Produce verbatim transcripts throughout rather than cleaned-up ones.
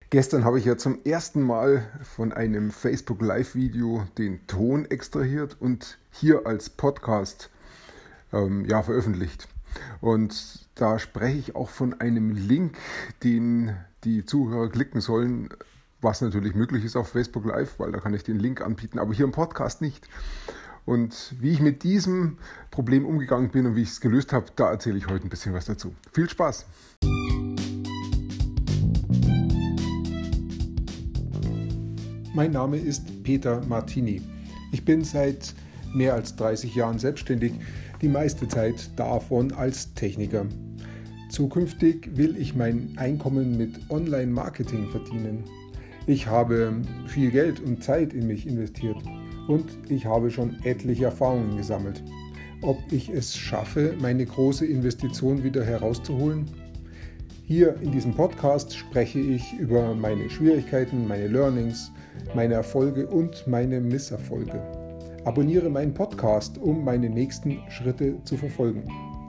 Gestern habe ich ja zum ersten Mal von einem Facebook Live-Video den Ton extrahiert und hier als Podcast ähm, ja, veröffentlicht. Und da spreche ich auch von einem Link, den die Zuhörer klicken sollen, was natürlich möglich ist auf Facebook Live, weil da kann ich den Link anbieten, aber hier im Podcast nicht. Und wie ich mit diesem Problem umgegangen bin und wie ich es gelöst habe, da erzähle ich heute ein bisschen was dazu. Viel Spaß! Mein Name ist Peter Martini. Ich bin seit mehr als dreißig Jahren selbstständig, die meiste Zeit davon als Techniker. Zukünftig will ich mein Einkommen mit Online-Marketing verdienen. Ich habe viel Geld und Zeit in mich investiert und ich habe schon etliche Erfahrungen gesammelt. Ob ich es schaffe, meine große Investition wieder herauszuholen? Hier in diesem Podcast spreche ich über meine Schwierigkeiten, meine Learnings, meine Erfolge und meine Misserfolge. Abonniere meinen Podcast, um meine nächsten Schritte zu verfolgen.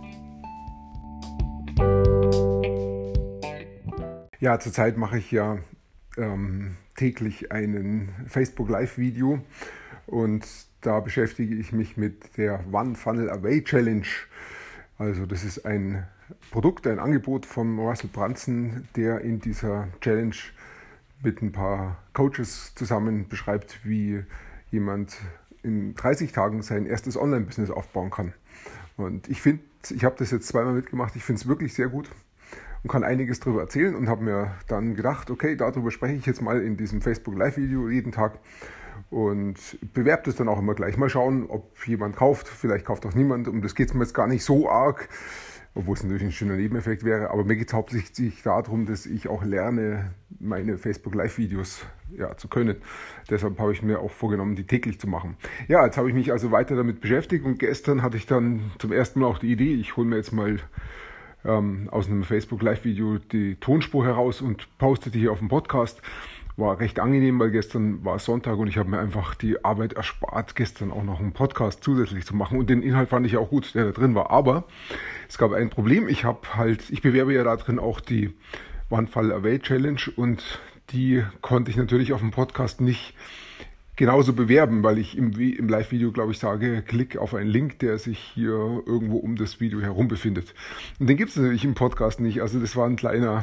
Ja, zurzeit mache ich ja ähm, täglich einen Facebook Live-Video und da beschäftige ich mich mit der One Funnel Away Challenge. Also das ist ein Produkt, ein Angebot von Russell Brunson, der in dieser Challenge mit ein paar Coaches zusammen beschreibt, wie jemand in dreißig Tagen sein erstes Online-Business aufbauen kann. Und ich finde, ich habe das jetzt zweimal mitgemacht, ich finde es wirklich sehr gut und kann einiges darüber erzählen und habe mir dann gedacht, okay, darüber spreche ich jetzt mal in diesem Facebook Live-Video jeden Tag und bewerbe das dann auch immer gleich. Mal schauen, ob jemand kauft, vielleicht kauft auch niemand, um das geht es mir jetzt gar nicht so arg, obwohl es natürlich ein schöner Nebeneffekt wäre, aber mir geht es hauptsächlich darum, dass ich auch lerne, meine Facebook Live-Videos ja, zu können. Deshalb habe ich mir auch vorgenommen, die täglich zu machen. Ja, jetzt habe ich mich also weiter damit beschäftigt und gestern hatte ich dann zum ersten Mal auch die Idee, ich hole mir jetzt mal ähm, aus einem Facebook Live-Video die Tonspur heraus und poste die hier auf dem Podcast. War recht angenehm, weil gestern war Sonntag und ich habe mir einfach die Arbeit erspart, gestern auch noch einen Podcast zusätzlich zu machen. Und den Inhalt fand ich auch gut, der da drin war. Aber es gab ein Problem. Ich habe halt, ich bewerbe ja da drin auch die One Funnel Away Challenge und die konnte ich natürlich auf dem Podcast nicht genauso bewerben, weil ich im, im Live-Video, glaube ich, sage, klick auf einen Link, der sich hier irgendwo um das Video herum befindet. Und den gibt es natürlich im Podcast nicht. Also das war ein kleiner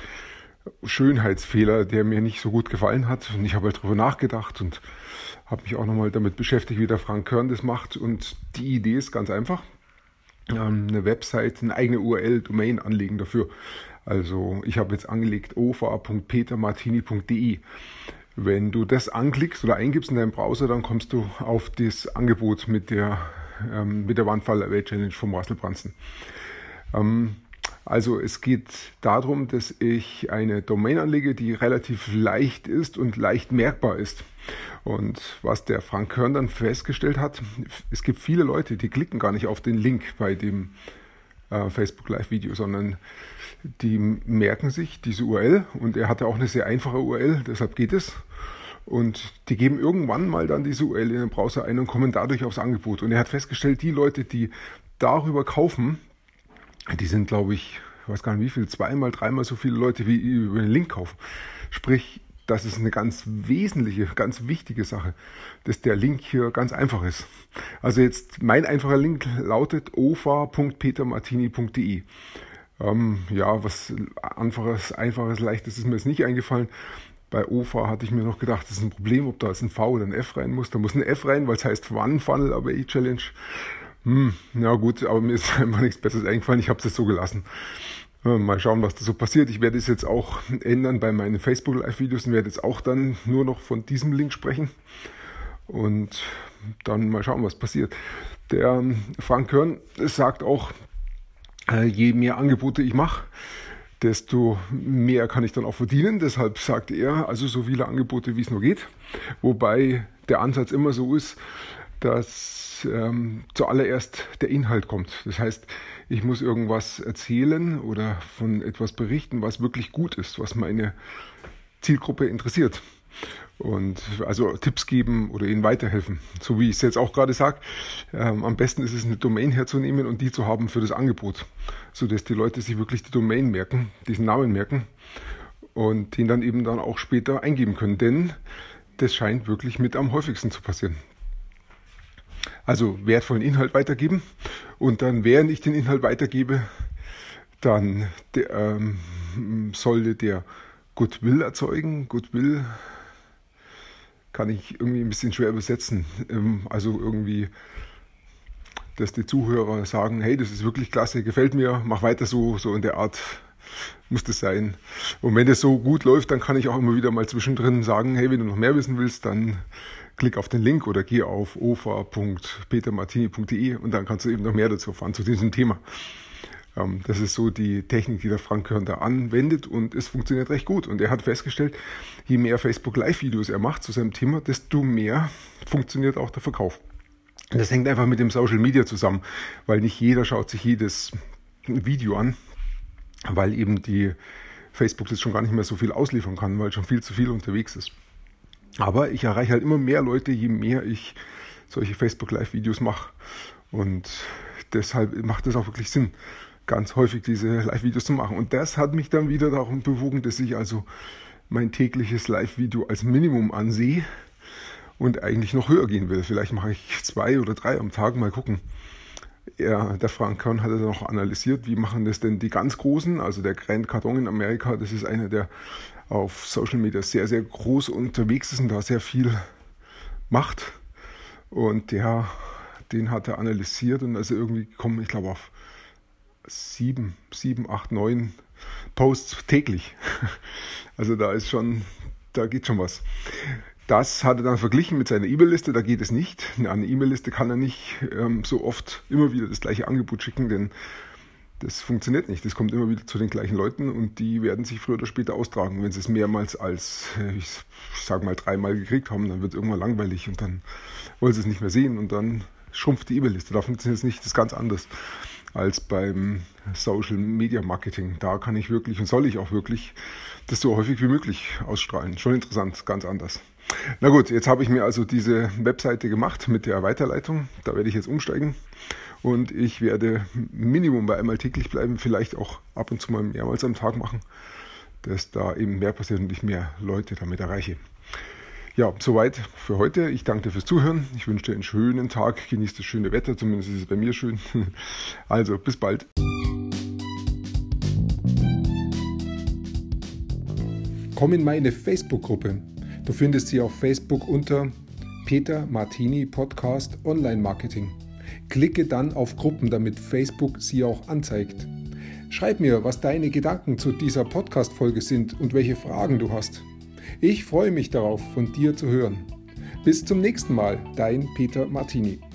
Schönheitsfehler, der mir nicht so gut gefallen hat. Und ich habe halt darüber nachgedacht und habe mich auch nochmal damit beschäftigt, wie der Frank Körn das macht. Und die Idee ist ganz einfach. Eine Website, eine eigene U R L-Domain anlegen dafür. Also ich habe jetzt angelegt o v a punkt peter martini punkt d e. Wenn du das anklickst oder eingibst in deinem Browser, dann kommst du auf das Angebot mit der, ähm, mit der One Funnel Away Challenge vom Russell Brunson. Ähm, Also es geht darum, dass ich eine Domain anlege, die relativ leicht ist und leicht merkbar ist. Und was der Frank Körn dann festgestellt hat, es gibt viele Leute, die klicken gar nicht auf den Link bei dem äh, Facebook Live-Video, sondern die merken sich diese U R L und er hatte auch eine sehr einfache U R L, deshalb geht es. Und die geben irgendwann mal dann diese U R L in den Browser ein und kommen dadurch aufs Angebot. Und er hat festgestellt, die Leute, die darüber kaufen, die sind, glaube ich, ich weiß gar nicht wie viel, zweimal, dreimal so viele Leute, wie über den Link kaufen. Sprich, das ist eine ganz wesentliche, ganz wichtige Sache, dass der Link hier ganz einfach ist. Also jetzt, mein einfacher Link lautet o v a punkt peter martini punkt d e. Ähm, ja, was einfaches, einfaches, leichtes ist mir jetzt nicht eingefallen. Bei O V A hatte ich mir noch gedacht, das ist ein Problem, ob da jetzt ein V oder ein F rein muss. Da muss ein F rein, weil es heißt One Funnel Away Challenge. Hm, ja gut, aber mir ist einfach nichts Besseres eingefallen. Ich habe es jetzt so gelassen. Mal schauen, was da so passiert. Ich werde es jetzt auch ändern bei meinen Facebook Live-Videos und werde jetzt auch dann nur noch von diesem Link sprechen. Und dann mal schauen, was passiert. Der Frank Körn sagt auch, je mehr Angebote ich mache, desto mehr kann ich dann auch verdienen. Deshalb sagt er, also so viele Angebote, wie es nur geht. Wobei der Ansatz immer so ist, dass ähm, zuallererst der Inhalt kommt. Das heißt, ich muss irgendwas erzählen oder von etwas berichten, was wirklich gut ist, was meine Zielgruppe interessiert. Und also Tipps geben oder ihnen weiterhelfen. So wie ich es jetzt auch gerade sage, ähm, am besten ist es, eine Domain herzunehmen und die zu haben für das Angebot, sodass die Leute sich wirklich die Domain merken, diesen Namen merken und den dann eben dann auch später eingeben können, denn das scheint wirklich mit am häufigsten zu passieren. Also wertvollen Inhalt weitergeben und dann, während ich den Inhalt weitergebe, dann der, ähm, sollte der Goodwill erzeugen. Goodwill kann ich irgendwie ein bisschen schwer übersetzen. Ähm, also irgendwie, dass die Zuhörer sagen, hey, das ist wirklich klasse, gefällt mir, mach weiter so, so in der Art muss das sein. Und wenn das so gut läuft, dann kann ich auch immer wieder mal zwischendrin sagen, hey, wenn du noch mehr wissen willst, dann klick auf den Link oder geh auf o f a punkt peter martini punkt d e und dann kannst du eben noch mehr dazu erfahren, zu diesem Thema. Ähm, das ist so die Technik, die der Frank Körn da anwendet und es funktioniert recht gut. Und er hat festgestellt, je mehr Facebook-Live-Videos er macht zu seinem Thema, desto mehr funktioniert auch der Verkauf. Und das hängt einfach mit dem Social Media zusammen, weil nicht jeder schaut sich jedes Video an, weil eben die Facebook das schon gar nicht mehr so viel ausliefern kann, weil schon viel zu viel unterwegs ist. Aber ich erreiche halt immer mehr Leute, je mehr ich solche Facebook-Live-Videos mache. Und deshalb macht es auch wirklich Sinn, ganz häufig diese Live-Videos zu machen. Und das hat mich dann wieder darum bewogen, dass ich also mein tägliches Live-Video als Minimum ansehe und eigentlich noch höher gehen will. Vielleicht mache ich zwei oder drei am Tag, mal gucken. Ja, der Frank Körn hat noch analysiert, wie machen das denn die ganz Großen, also der Grant Cardone in Amerika, das ist einer, der auf Social Media sehr, sehr groß unterwegs ist und da sehr viel macht. Und der, den hat er analysiert und also irgendwie kommen, ich glaube, auf sieben, sieben, acht, neun Posts täglich. Also da ist schon, da geht schon was. Das hat er dann verglichen mit seiner E-Mail-Liste, da geht es nicht. An eine E-Mail-Liste kann er nicht ähm, so oft immer wieder das gleiche Angebot schicken, denn das funktioniert nicht. Das kommt immer wieder zu den gleichen Leuten und die werden sich früher oder später austragen. Wenn sie es mehrmals als, ich sage mal, dreimal gekriegt haben, dann wird es irgendwann langweilig und dann wollen sie es nicht mehr sehen und dann schrumpft die E-Mail-Liste. Da funktioniert es nicht, das ist ganz anders als beim Social Media Marketing. Da kann ich wirklich und soll ich auch wirklich das so häufig wie möglich ausstrahlen. Schon interessant, ganz anders. Na gut, jetzt habe ich mir also diese Webseite gemacht mit der Weiterleitung. Da werde ich jetzt umsteigen und ich werde Minimum bei einmal täglich bleiben, vielleicht auch ab und zu mal mehrmals am Tag machen, dass da eben mehr passiert und ich mehr Leute damit erreiche. Ja, soweit für heute. Ich danke dir fürs Zuhören. Ich wünsche dir einen schönen Tag. Genieß das schöne Wetter, zumindest ist es bei mir schön. Also, bis bald. Komm in meine Facebook-Gruppe. Du findest sie auf Facebook unter Peter Martini Podcast Online Marketing. Klicke dann auf Gruppen, damit Facebook sie auch anzeigt. Schreib mir, was deine Gedanken zu dieser Podcast-Folge sind und welche Fragen du hast. Ich freue mich darauf, von dir zu hören. Bis zum nächsten Mal, dein Peter Martini.